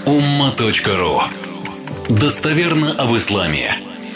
umma.ru. Достоверно об исламе.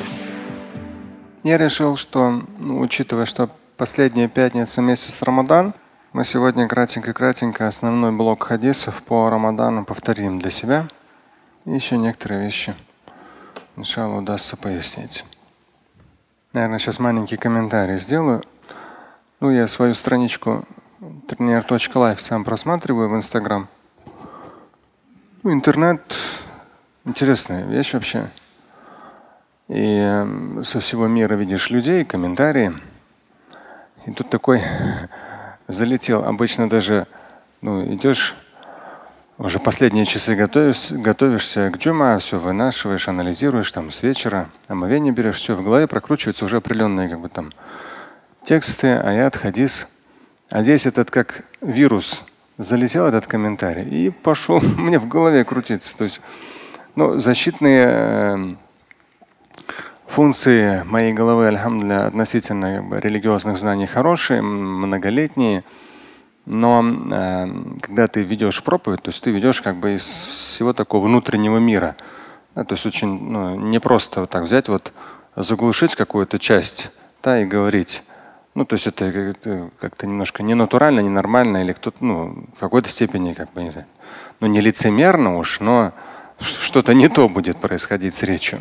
Я решил, что, учитывая, что последняя пятница месяц Рамадан, мы сегодня кратенько основной блок хадисов по Рамадану повторим для себя. И еще некоторые вещи, иншаллах, удастся пояснить. Наверное, сейчас маленький комментарий сделаю. Я свою страничку trainer.life сам просматриваю в Инстаграм. Интернет – интересная вещь вообще. И со всего мира видишь людей, комментарии. И тут такой залетел. Обычно даже идешь, уже последние часы готовишься к джума, все вынашиваешь, анализируешь там с вечера, омовение берешь, все в голове прокручиваются уже определенные тексты, аят, хадис. А здесь этот как вирус залетел, этот комментарий, и пошел мне в голове крутиться. То есть, защитные функции моей головы, альхамдулилля, относительно религиозных знаний хорошие, многолетние. Но когда ты ведешь проповедь, то есть ты ведешь из всего такого внутреннего мира. То есть очень не просто вот так взять, заглушить какую-то часть, и говорить. То есть это как-то немножко ненатурально, ненормально, или кто-то, в какой-то степени, не знаю, не лицемерно уж, но что-то не то будет происходить с речью.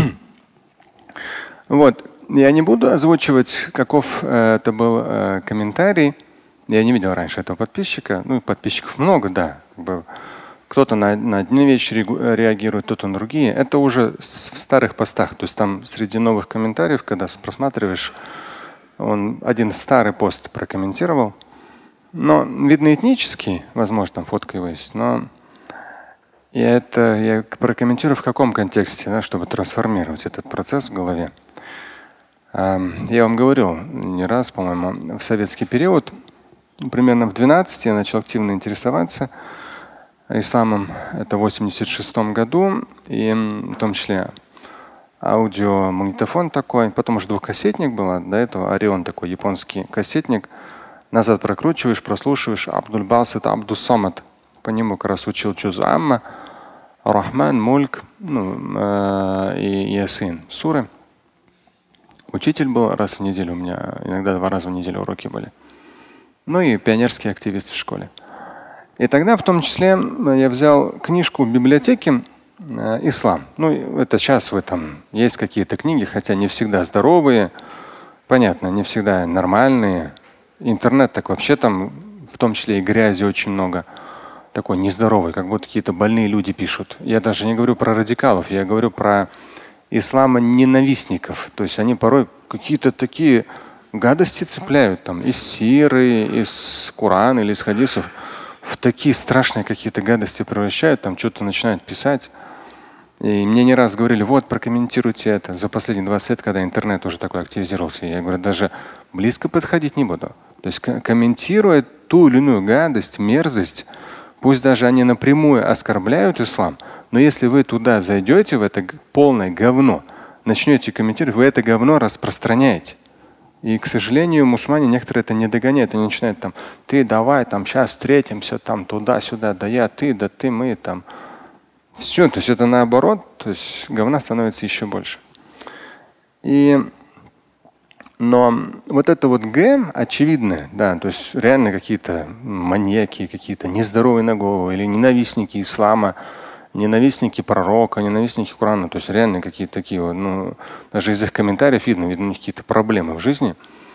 Я не буду озвучивать, каков это был комментарий. Я не видел раньше этого подписчика. Подписчиков много, да. Кто-то на одни вещи реагирует, кто-то на другие. Это уже в старых постах. То есть там среди новых комментариев, когда просматриваешь, он один старый пост прокомментировал. Но видно этнический, возможно, там фотка его есть. Но я прокомментирую в каком контексте, чтобы трансформировать этот процесс в голове. Я вам говорил не раз, по-моему, в советский период, примерно в 12 я начал активно интересоваться исламом. Это в 1986 году, и в том числе аудиомагнитофон такой, потом уже двухкассетник был, до этого Орион такой японский кассетник. Назад прокручиваешь, прослушиваешь. Абдуль-Басит, Абдус-Самад. По нему как раз учил Джуз Амма, Рахман, Мульк, и Ясин, суры. Учитель был раз в неделю у меня, иногда 2 раза в неделю уроки были. И пионерский активист в школе. И тогда в том числе я взял книжку в библиотеке «Ислам». Это сейчас в этом есть какие-то книги, хотя не всегда здоровые, понятно, не всегда нормальные. Интернет так вообще там, в том числе и грязи очень много. Такой нездоровый, как будто какие-то больные люди пишут. Я даже не говорю про радикалов, я говорю про ислама-ненавистников. То есть они порой какие-то такие гадости цепляют там из сиры, из Корана или из хадисов. В такие страшные какие-то гадости превращают, там что-то начинают писать. И мне не раз говорили, прокомментируйте это. За последние 20 лет, когда интернет уже такой активизировался, я говорю, даже близко подходить не буду. То есть комментируя ту или иную гадость, мерзость, пусть даже они напрямую оскорбляют ислам, но если вы туда зайдете, в это полное говно, начнете комментировать, вы это говно распространяете. И, к сожалению, мусульмане некоторые это не догоняют. Они начинают ты давай, сейчас встретимся, туда-сюда, да я, ты, да ты, мы, Все, то есть это наоборот, то есть говна становится еще больше. Но это Г очевидно, да, то есть реально какие-то маньяки, какие-то нездоровые на голову или ненавистники ислама, ненавистники пророка, ненавистники Корана, то есть реально какие-то такие даже из их комментариев видно у них какие-то проблемы в жизни.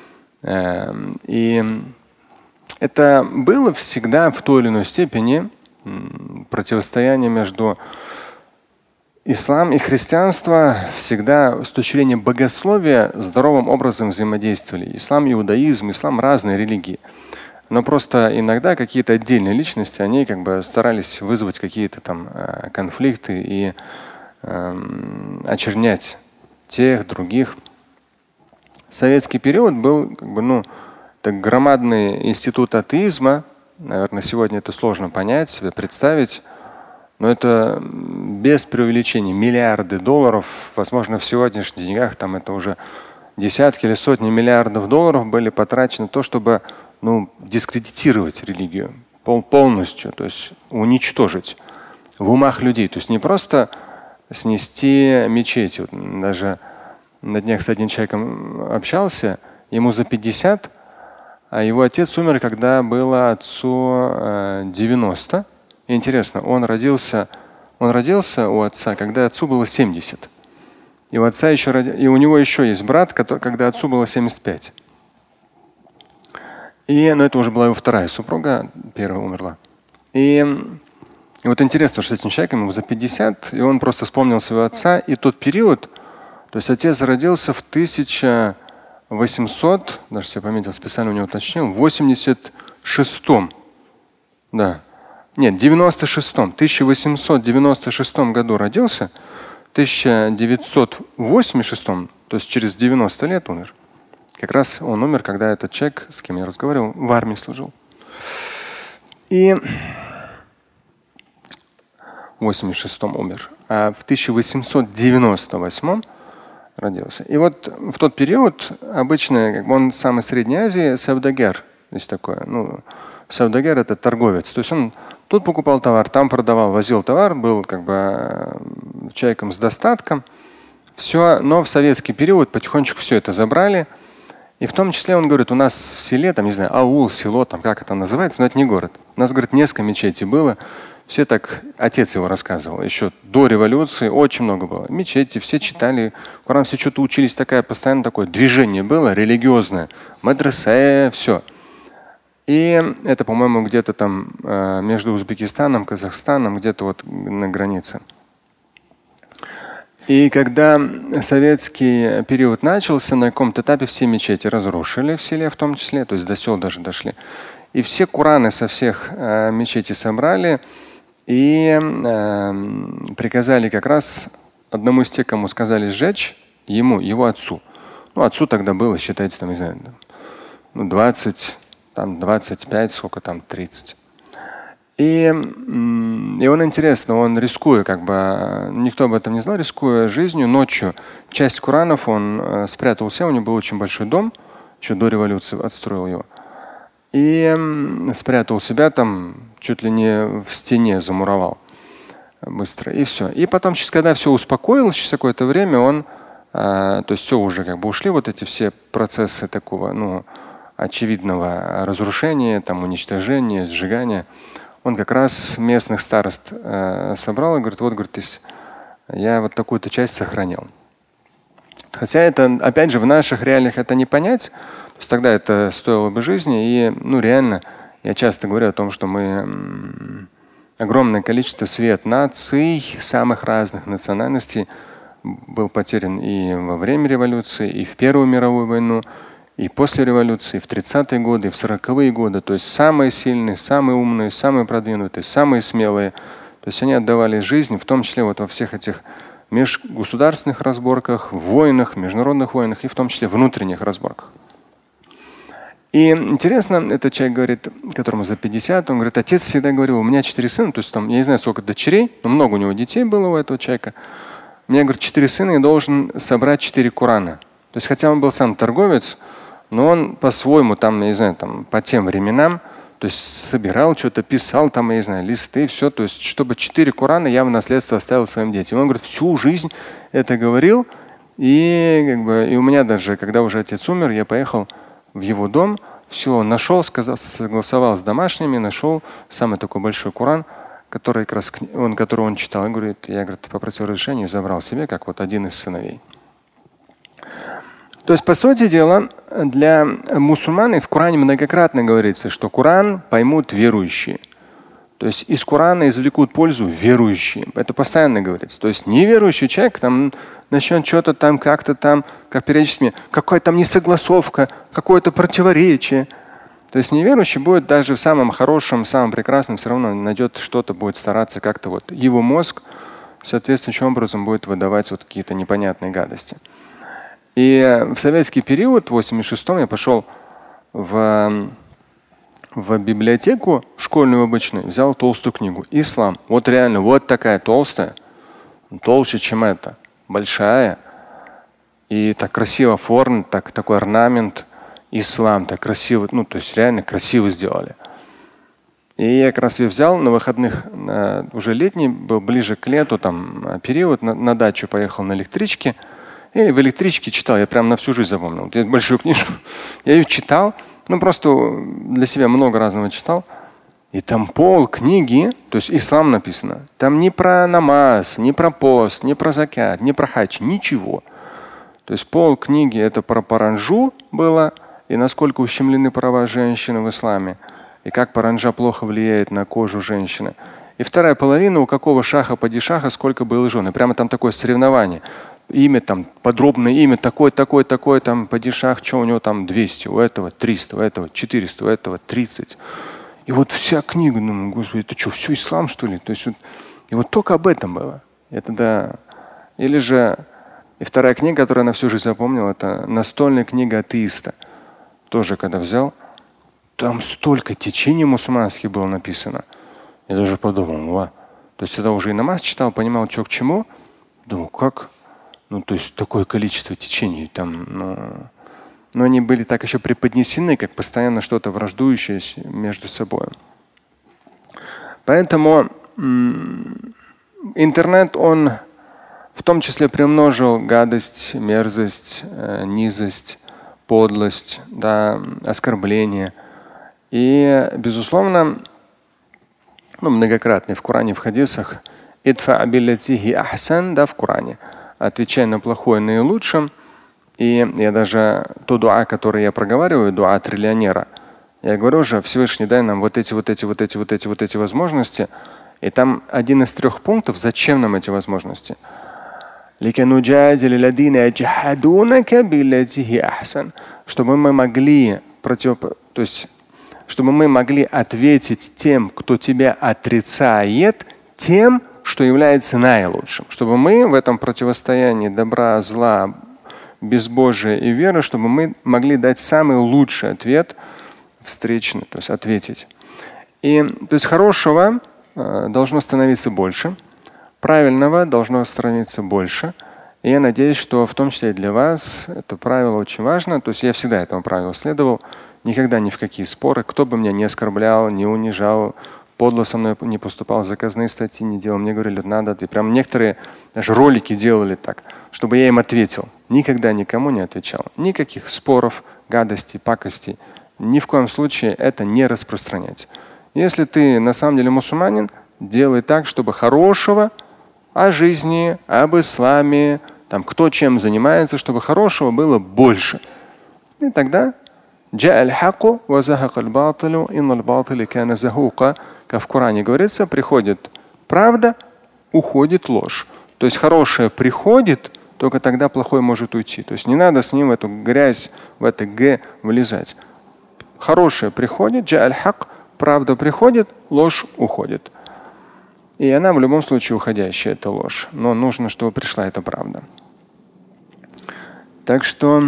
И это было всегда в той или иной степени противостояние между ислам и христианство всегда с точки зрения богословия здоровым образом взаимодействовали. Ислам, иудаизм, ислам разные религии. Но просто иногда какие-то отдельные личности, они старались вызвать какие-то конфликты и очернять тех, других. Советский период был так громадный институт атеизма. Наверное, сегодня это сложно понять, себе представить. Но это без преувеличения миллиарды долларов, возможно, в сегодняшних деньгах это уже десятки или сотни миллиардов долларов были потрачены на то, чтобы дискредитировать религию полностью, то есть уничтожить. в умах людей. То есть не просто снести мечеть. Вот даже на днях с одним человеком общался, ему за 50, а его отец умер, когда было отцу 90. И интересно, он родился у отца, когда отцу было 70. И у него еще есть брат, когда отцу было 75. Но это уже была его вторая супруга, первая умерла. И вот интересно, что с этим человеком ему за 50, и он просто вспомнил своего отца. И тот период, то есть отец родился в 1800, даже я пометил, специально у него уточнил, в 86-м. Да. Нет, 96-м. В 1896 году родился, в 1986, то есть через 90 лет умер. Как раз он умер, когда этот человек, с кем я разговаривал, в армии служил. И в 86-м умер, а в 1898 родился. И вот в тот период обычно, он самый Средней Азии, саудагер, есть такое. Саудагер — это торговец. То есть он тут покупал товар, там продавал, возил товар, был человеком с достатком. Все, но в советский период потихонечку все это забрали. И в том числе он говорит, у нас в селе, там, не знаю, аул, село, там как это называется, но это не город. У нас, говорит, несколько мечетей было. Все так, отец его рассказывал, еще до революции очень много было. Мечети, все читали, Коран, все что-то учились, постоянно такое движение было, религиозное. Мадресе, все. И это, по-моему, где-то там между Узбекистаном, Казахстаном, где-то вот на границе. И когда советский период начался, на каком-то этапе все мечети разрушили в селе в том числе, то есть до сел даже дошли. И все Кораны со всех мечетей собрали и приказали как раз одному из тех, кому сказали сжечь, его отцу. Отцу тогда было, считайте, там, не знаю, 20, там 25, сколько там, 30. И он, интересно, он рискуя, никто об этом не знал, рискуя жизнью, ночью часть Коранов он спрятал у себя, у него был очень большой дом, еще до революции отстроил его. И спрятал себя там, чуть ли не в стене замуровал быстро. И все. И потом, когда все успокоилось, через какое-то время то есть все уже ушли вот эти все процессы такого, очевидного разрушения, там, уничтожения, сжигания. Он как раз местных старост собрал и говорит, я вот такую-то часть сохранил. Хотя это, опять же, в наших реалиях это не понять. То есть тогда это стоило бы жизни. И реально, я часто говорю о том, что мы огромное количество наций, самых разных национальностей был потерян и во время революции, и в Первую мировую войну, и после революции, и в 30-е годы, и в 40-е годы. То есть самые сильные, самые умные, самые продвинутые, самые смелые. То есть они отдавали жизнь, в том числе во всех этих межгосударственных разборках, войнах, международных войнах и в том числе внутренних разборках. И интересно, этот человек говорит, которому за 50, он говорит, отец всегда говорил, у меня 4 сына, то есть там, я не знаю, сколько дочерей, но много у него детей было у этого человека. У меня, говорит, 4 сына, и должен собрать 4 Корана. То есть хотя он был сам торговец, но он по-своему, там, я не знаю, там, по тем временам, то есть собирал что-то, писал, там, я не знаю, листы, все, то есть чтобы 4 Корана я в наследство оставил своим детям. Он говорит, всю жизнь это говорил. И у меня даже, когда уже отец умер, я поехал в его дом, все нашел, согласовал с домашними, нашел самый такой большой Коран, который он читал. Я попросил разрешения и забрал себе, как вот один из сыновей. То есть, по сути дела, для мусульман в Коране многократно говорится, что Коран поймут верующие. То есть из Корана извлекут пользу верующие. Это постоянно говорится. То есть неверующий человек там начнет что-то там, как-то там, как периодически, какая-то там несогласовка, какое-то противоречие. То есть неверующий будет даже в самом хорошем, самом прекрасном все равно найдет что-то, будет стараться как-то его мозг соответствующим образом будет выдавать какие-то непонятные гадости. И в советский период, в 86-м, я пошел в библиотеку школьную обычную, взял толстую книгу «Ислам». Вот реально, вот такая толстая, толще, чем эта, большая. И так красиво оформлен, такой орнамент. Ислам так красиво, то есть реально красиво сделали. И я как раз ее взял на выходных, уже летний, был ближе к лету, там период, на дачу поехал на электричке. И в электричке читал, я прям на всю жизнь запомнил. Вот большую книжку, я ее читал, просто для себя много разного читал. И там пол книги, то есть ислам написано. Там не про намаз, не про пост, не про закят, не про хадж, ничего. То есть пол книги это про паранджу было, и насколько ущемлены права женщины в исламе, и как паранджа плохо влияет на кожу женщины. И вторая половина, у какого шаха падишаха сколько было жен. И прямо там такое соревнование. Имя там, подробное имя, такой, там падишах, что у него там 200, у этого 300, у этого 400, у этого 30. И вот вся книга, думаю, господи, это что, все ислам, что ли? То есть и вот только об этом было. Это да. Или же, и вторая книга, которую я на всю жизнь запомнил, это настольная книга атеиста. Тоже когда взял, там столько течений мусульманских было написано. Я даже подумал, то есть я уже и намаз читал, понимал, что к чему. Думаю, как? То есть такое количество течений там, но они были так еще преподнесены, как постоянно что-то враждующее между собой. Поэтому интернет, он в том числе приумножил гадость, мерзость, низость, подлость, да, оскорбление. И, безусловно, многократно в Коране, в хадисах, идфа биллати ахсан, да, в Коране, отвечай на плохое наилучшим. И я даже то дуа, который я проговариваю, дуа триллионера, я говорю уже, Всевышний, дай нам вот эти возможности. И там один из 3 пунктов, зачем нам эти возможности. Чтобы мы могли чтобы мы могли ответить тем, кто тебя отрицает, тем, что является наилучшим. Чтобы мы в этом противостоянии добра, зла, безбожия и веры, чтобы мы могли дать самый лучший ответ встречный, то есть ответить. И то есть хорошего должно становиться больше, правильного должно становиться больше. И я надеюсь, что в том числе и для вас это правило очень важно. То есть я всегда этому правилу следовал. Никогда ни в какие споры, кто бы меня не оскорблял, не унижал, подло со мной не поступал, заказные статьи не делал. Мне говорили, надо. И прям некоторые даже ролики делали так, чтобы я им ответил. Никогда никому не отвечал. Никаких споров, гадостей, пакостей. Ни в коем случае это не распространять. Если ты на самом деле мусульманин, делай так, чтобы хорошего о жизни, об исламе, там, кто чем занимается, чтобы хорошего было больше. И тогда как в Коране говорится, приходит правда, уходит ложь. То есть хорошее приходит, только тогда плохое может уйти. То есть не надо с ним в эту грязь, в это г влезать. Хорошее приходит, правда приходит, ложь уходит. И она в любом случае уходящая, это ложь. Но нужно, чтобы пришла эта правда. Так что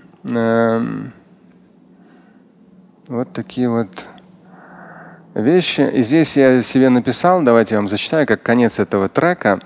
вот такие вот вещи. И здесь я себе написал, давайте я вам зачитаю, как конец этого трека.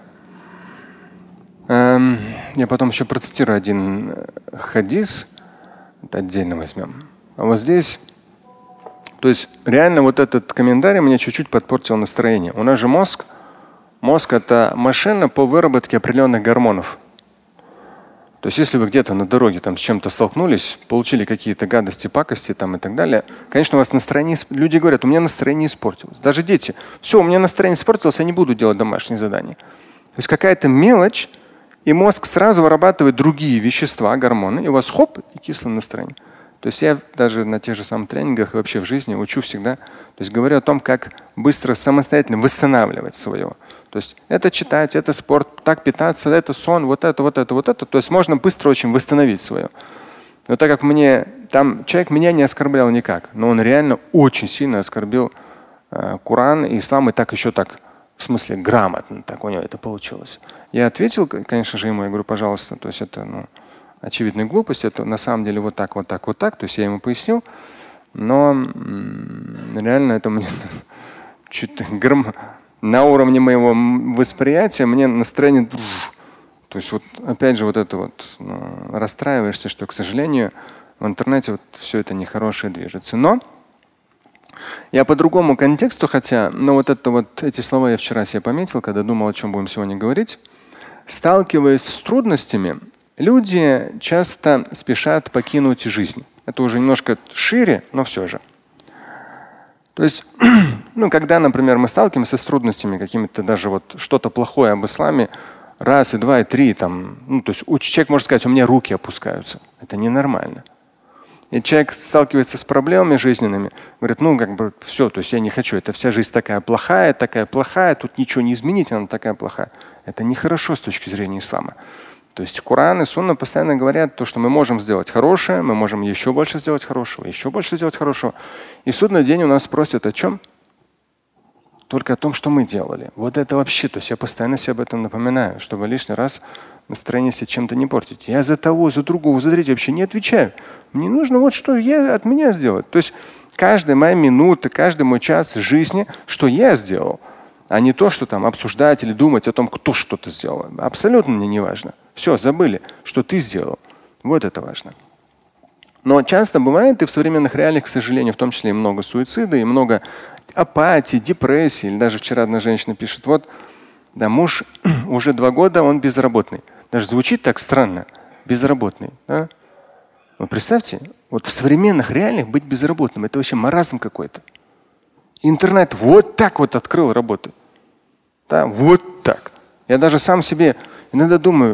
Я потом еще процитирую один хадис, это отдельно возьмем. А вот здесь, то есть реально вот этот комментарий мне чуть-чуть подпортил настроение. У нас же мозг это машина по выработке определенных гормонов. То есть если вы где-то на дороге там с чем-то столкнулись, получили какие-то гадости, пакости там и так далее, конечно, у вас настроение, люди говорят, у меня настроение испортилось. Даже дети, все, у меня настроение испортилось, я не буду делать домашние задания. То есть какая-то мелочь, и мозг сразу вырабатывает другие вещества, гормоны, и у вас хоп, и кислое настроение. То есть я даже на тех же самых тренингах и вообще в жизни учу всегда, то есть говорю о том, как быстро самостоятельно восстанавливать свое. То есть это читать, это спорт, так питаться, это сон, вот это. То есть можно быстро очень восстановить свое. Но так как там человек меня не оскорблял никак, но он реально очень сильно оскорбил Коран и ислам, и так еще так, в смысле грамотно, так у него это получилось. Я ответил, конечно же, ему, я говорю, пожалуйста, то есть это очевидная глупость, это на самом деле вот так. То есть я ему пояснил, но реально это мне чуть на уровне моего восприятия мне настроение. То есть вот опять же вот это вот расстраиваешься, что, к сожалению, в интернете вот все это нехорошее движется. Но Я по другому контексту, хотя, но эти слова я вчера себе пометил, когда думал, о чем будем сегодня говорить. Сталкиваясь с трудностями, люди часто спешат покинуть жизнь. Это уже немножко шире, но все же. То есть, когда, например, мы сталкиваемся с трудностями, какими-то даже что-то плохое об исламе, раз, и два, и три, то есть человек может сказать, у меня руки опускаются. Это ненормально. И человек сталкивается с проблемами жизненными, говорит, все, то есть я не хочу, это вся жизнь такая плохая, тут ничего не изменить, она такая плохая. Это нехорошо с точки зрения ислама. То есть Коран и Сунна постоянно говорят то, что мы можем сделать хорошее, мы можем еще больше сделать хорошего, еще больше сделать хорошего. И в судный день у нас спросят о чем? Только о том, что мы делали. Вот это вообще, то есть я постоянно себе об этом напоминаю, чтобы лишний раз настроение себе чем-то не портить. Я за того, за другого, за третьего вообще не отвечаю. Мне нужно что я от меня сделать. То есть каждая моя минута, каждый мой час жизни, что я сделал, а не то, что там обсуждать или думать о том, кто что-то сделал. Абсолютно мне не важно. Все, забыли, что ты сделал. Вот это важно. Но часто бывает и в современных реалиях, к сожалению, в том числе и много суицида, и много апатии, депрессии. Или даже вчера одна женщина пишет, муж уже 2 года, он безработный. Даже звучит так странно. Безработный. Да? Представьте, в современных реалиях быть безработным – это вообще маразм какой-то. Интернет вот так открыл работу. Да? Вот так. Я даже сам себе иногда думаю,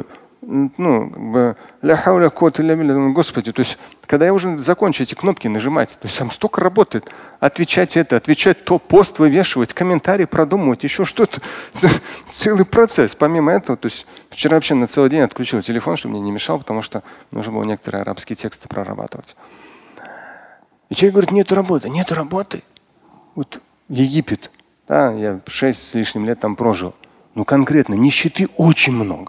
Господи, то есть, когда я уже закончу эти кнопки нажимать, то есть там столько работает. Отвечать то, пост вывешивать, комментарий продумывать, еще что-то. Целый процесс. Помимо этого, то есть вчера вообще на целый день отключил телефон, чтобы мне не мешал, потому что нужно было некоторые арабские тексты прорабатывать. И человек говорит, нету работы. Египет, да, я 6 с лишним лет там прожил. Конкретно нищеты очень много.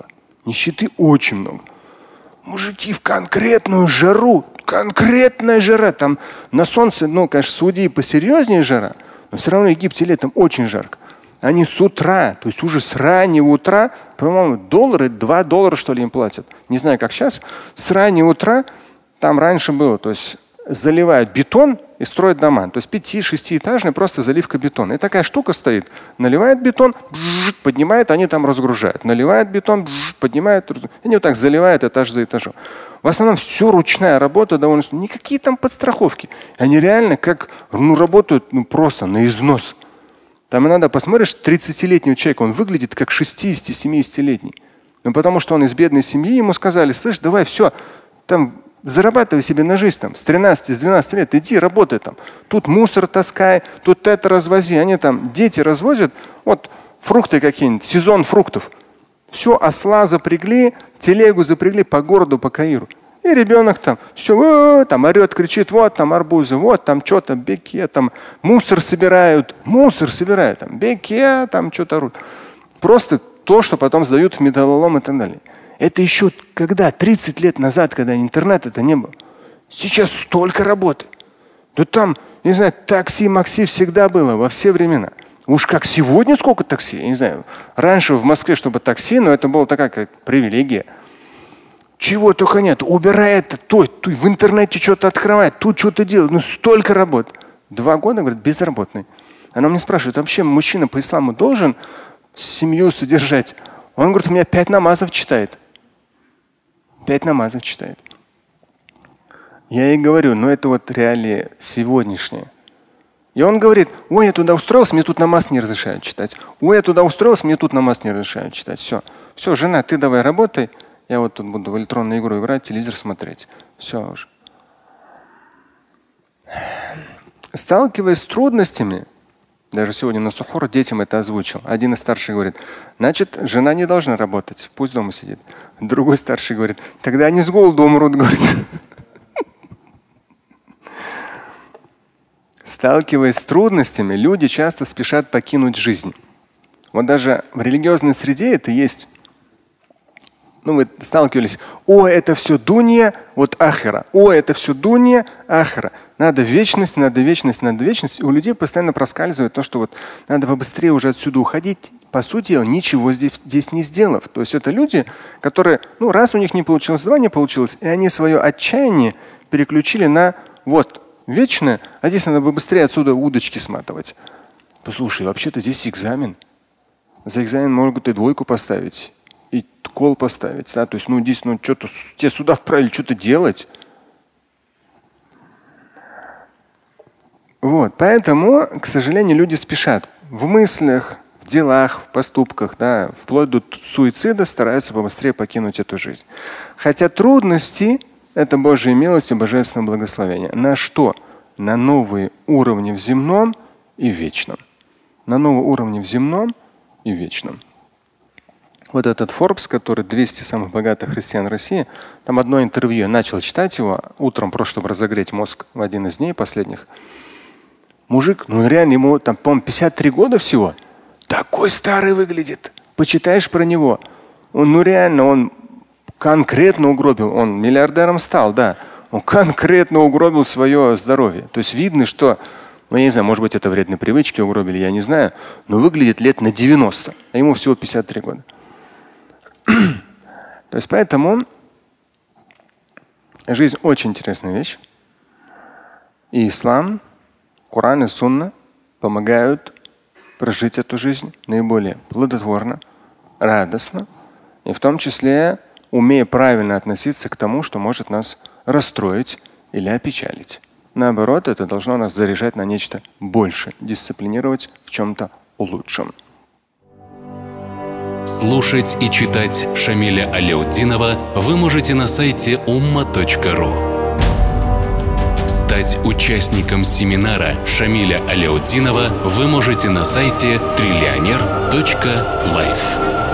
Мужики в конкретную жару, конкретная жара. Там на солнце, конечно, в Саудии посерьезнее жара, но все равно в Египте летом очень жарко. Они с утра, то есть уже с раннего утра, по-моему, $2 что ли им платят. Не знаю, как сейчас. С раннего утра, там раньше было, то есть заливают бетон и строят дома. То есть 5-6-этажный просто заливка бетона. И такая штука стоит. Наливает бетон, поднимает, они там разгружают. Наливает бетон, поднимает. Они вот так заливают этаж за этажом. В основном все ручная работа довольно. Никакие там подстраховки. Они реально работают просто на износ. Там иногда посмотришь 30-летнего человека, он выглядит как 60-70-летний. Потому что он из бедной семьи, ему сказали, слышь, давай все, там зарабатывай себе на жизнь с 13, с 12 лет, иди работай там. Тут мусор таскай, тут это развози. Они там, дети развозят, фрукты какие-нибудь, сезон фруктов. Все, осла запрягли, телегу запрягли по городу, по Каиру. И ребенок там все, там орет, кричит, там арбузы, там что-то, беке, там мусор собирают, там беке, там что-то орут. Просто то, что потом сдают в металлолом и так далее. Это еще когда? 30 лет назад, когда интернета-то не было. Сейчас столько работы. Да там, не знаю, такси, макси всегда было во все времена. Уж как сегодня сколько такси, я не знаю. Раньше в Москве, чтобы такси, но это была такая как привилегия. Чего только нет. Убирает, в интернете что-то открывает, тут что-то делает. Столько работ. 2 года, говорит, безработный. Она мне спрашивает, вообще мужчина по исламу должен семью содержать? Он говорит, у меня 5 намазов читает. 5 намазов читает. Я ей говорю, это реалии сегодняшние. И он говорит, я туда устроился, мне тут намаз не разрешают читать. Я туда устроился, мне тут намаз не разрешают читать. Все, жена, ты давай работай. Я тут буду в электронную игру играть, телевизор смотреть. Все уже. Сталкиваясь с трудностями, даже сегодня на сухур детям это озвучил. Один из старших говорит, значит, жена не должна работать, пусть дома сидит. Другой старший говорит, тогда они с голоду умрут, говорит. Сталкиваясь с трудностями, люди часто спешат покинуть жизнь. Даже в религиозной среде это есть. Вы сталкивались, это все дунья, ахира. Это все дунья, ахира. Надо вечность. И у людей постоянно проскальзывает то, что надо побыстрее уже отсюда уходить. По сути дела, ничего здесь не сделав. То есть это люди, которые, раз у них не получилось, 2 не получилось, и они свое отчаяние переключили на вечное, а здесь надо бы быстрее отсюда удочки сматывать. Послушай, вообще-то здесь экзамен. За экзамен могут и 2 поставить, и кол поставить. Да? То есть, здесь, что-то тебя сюда отправили, что-то делать. Вот, поэтому, к сожалению, люди спешат в мыслях, в делах, в поступках, да, вплоть до суицида стараются побыстрее покинуть эту жизнь. Хотя трудности – это Божья милость и божественное благословение. На что? На новые уровни в земном и вечном. На новые уровни в земном и вечном. Вот этот Forbes, который 200 самых богатых христиан России, там одно интервью, я начал читать его утром, просто чтобы разогреть мозг в один из дней последних. Мужик, реально ему там, по-моему, 53 года всего. Такой старый выглядит. Почитаешь про него. Он, реально, он конкретно угробил. Он миллиардером стал, да. Он конкретно угробил свое здоровье. То есть видно, что, я не знаю, может быть, это вредные привычки угробили, я не знаю, но выглядит лет на 90, а ему всего 53 года. То есть поэтому жизнь очень интересная вещь. И ислам, Коран и Сунна помогают прожить эту жизнь наиболее плодотворно, радостно, и в том числе умея правильно относиться к тому, что может нас расстроить или опечалить. Наоборот, это должно нас заряжать на нечто больше, дисциплинировать в чем-то лучшем. Слушать и читать Шамиля Аляутдинова вы можете на сайте umma.ru. Стать участником семинара Шамиля Аляутдинова вы можете на сайте trillioner.life.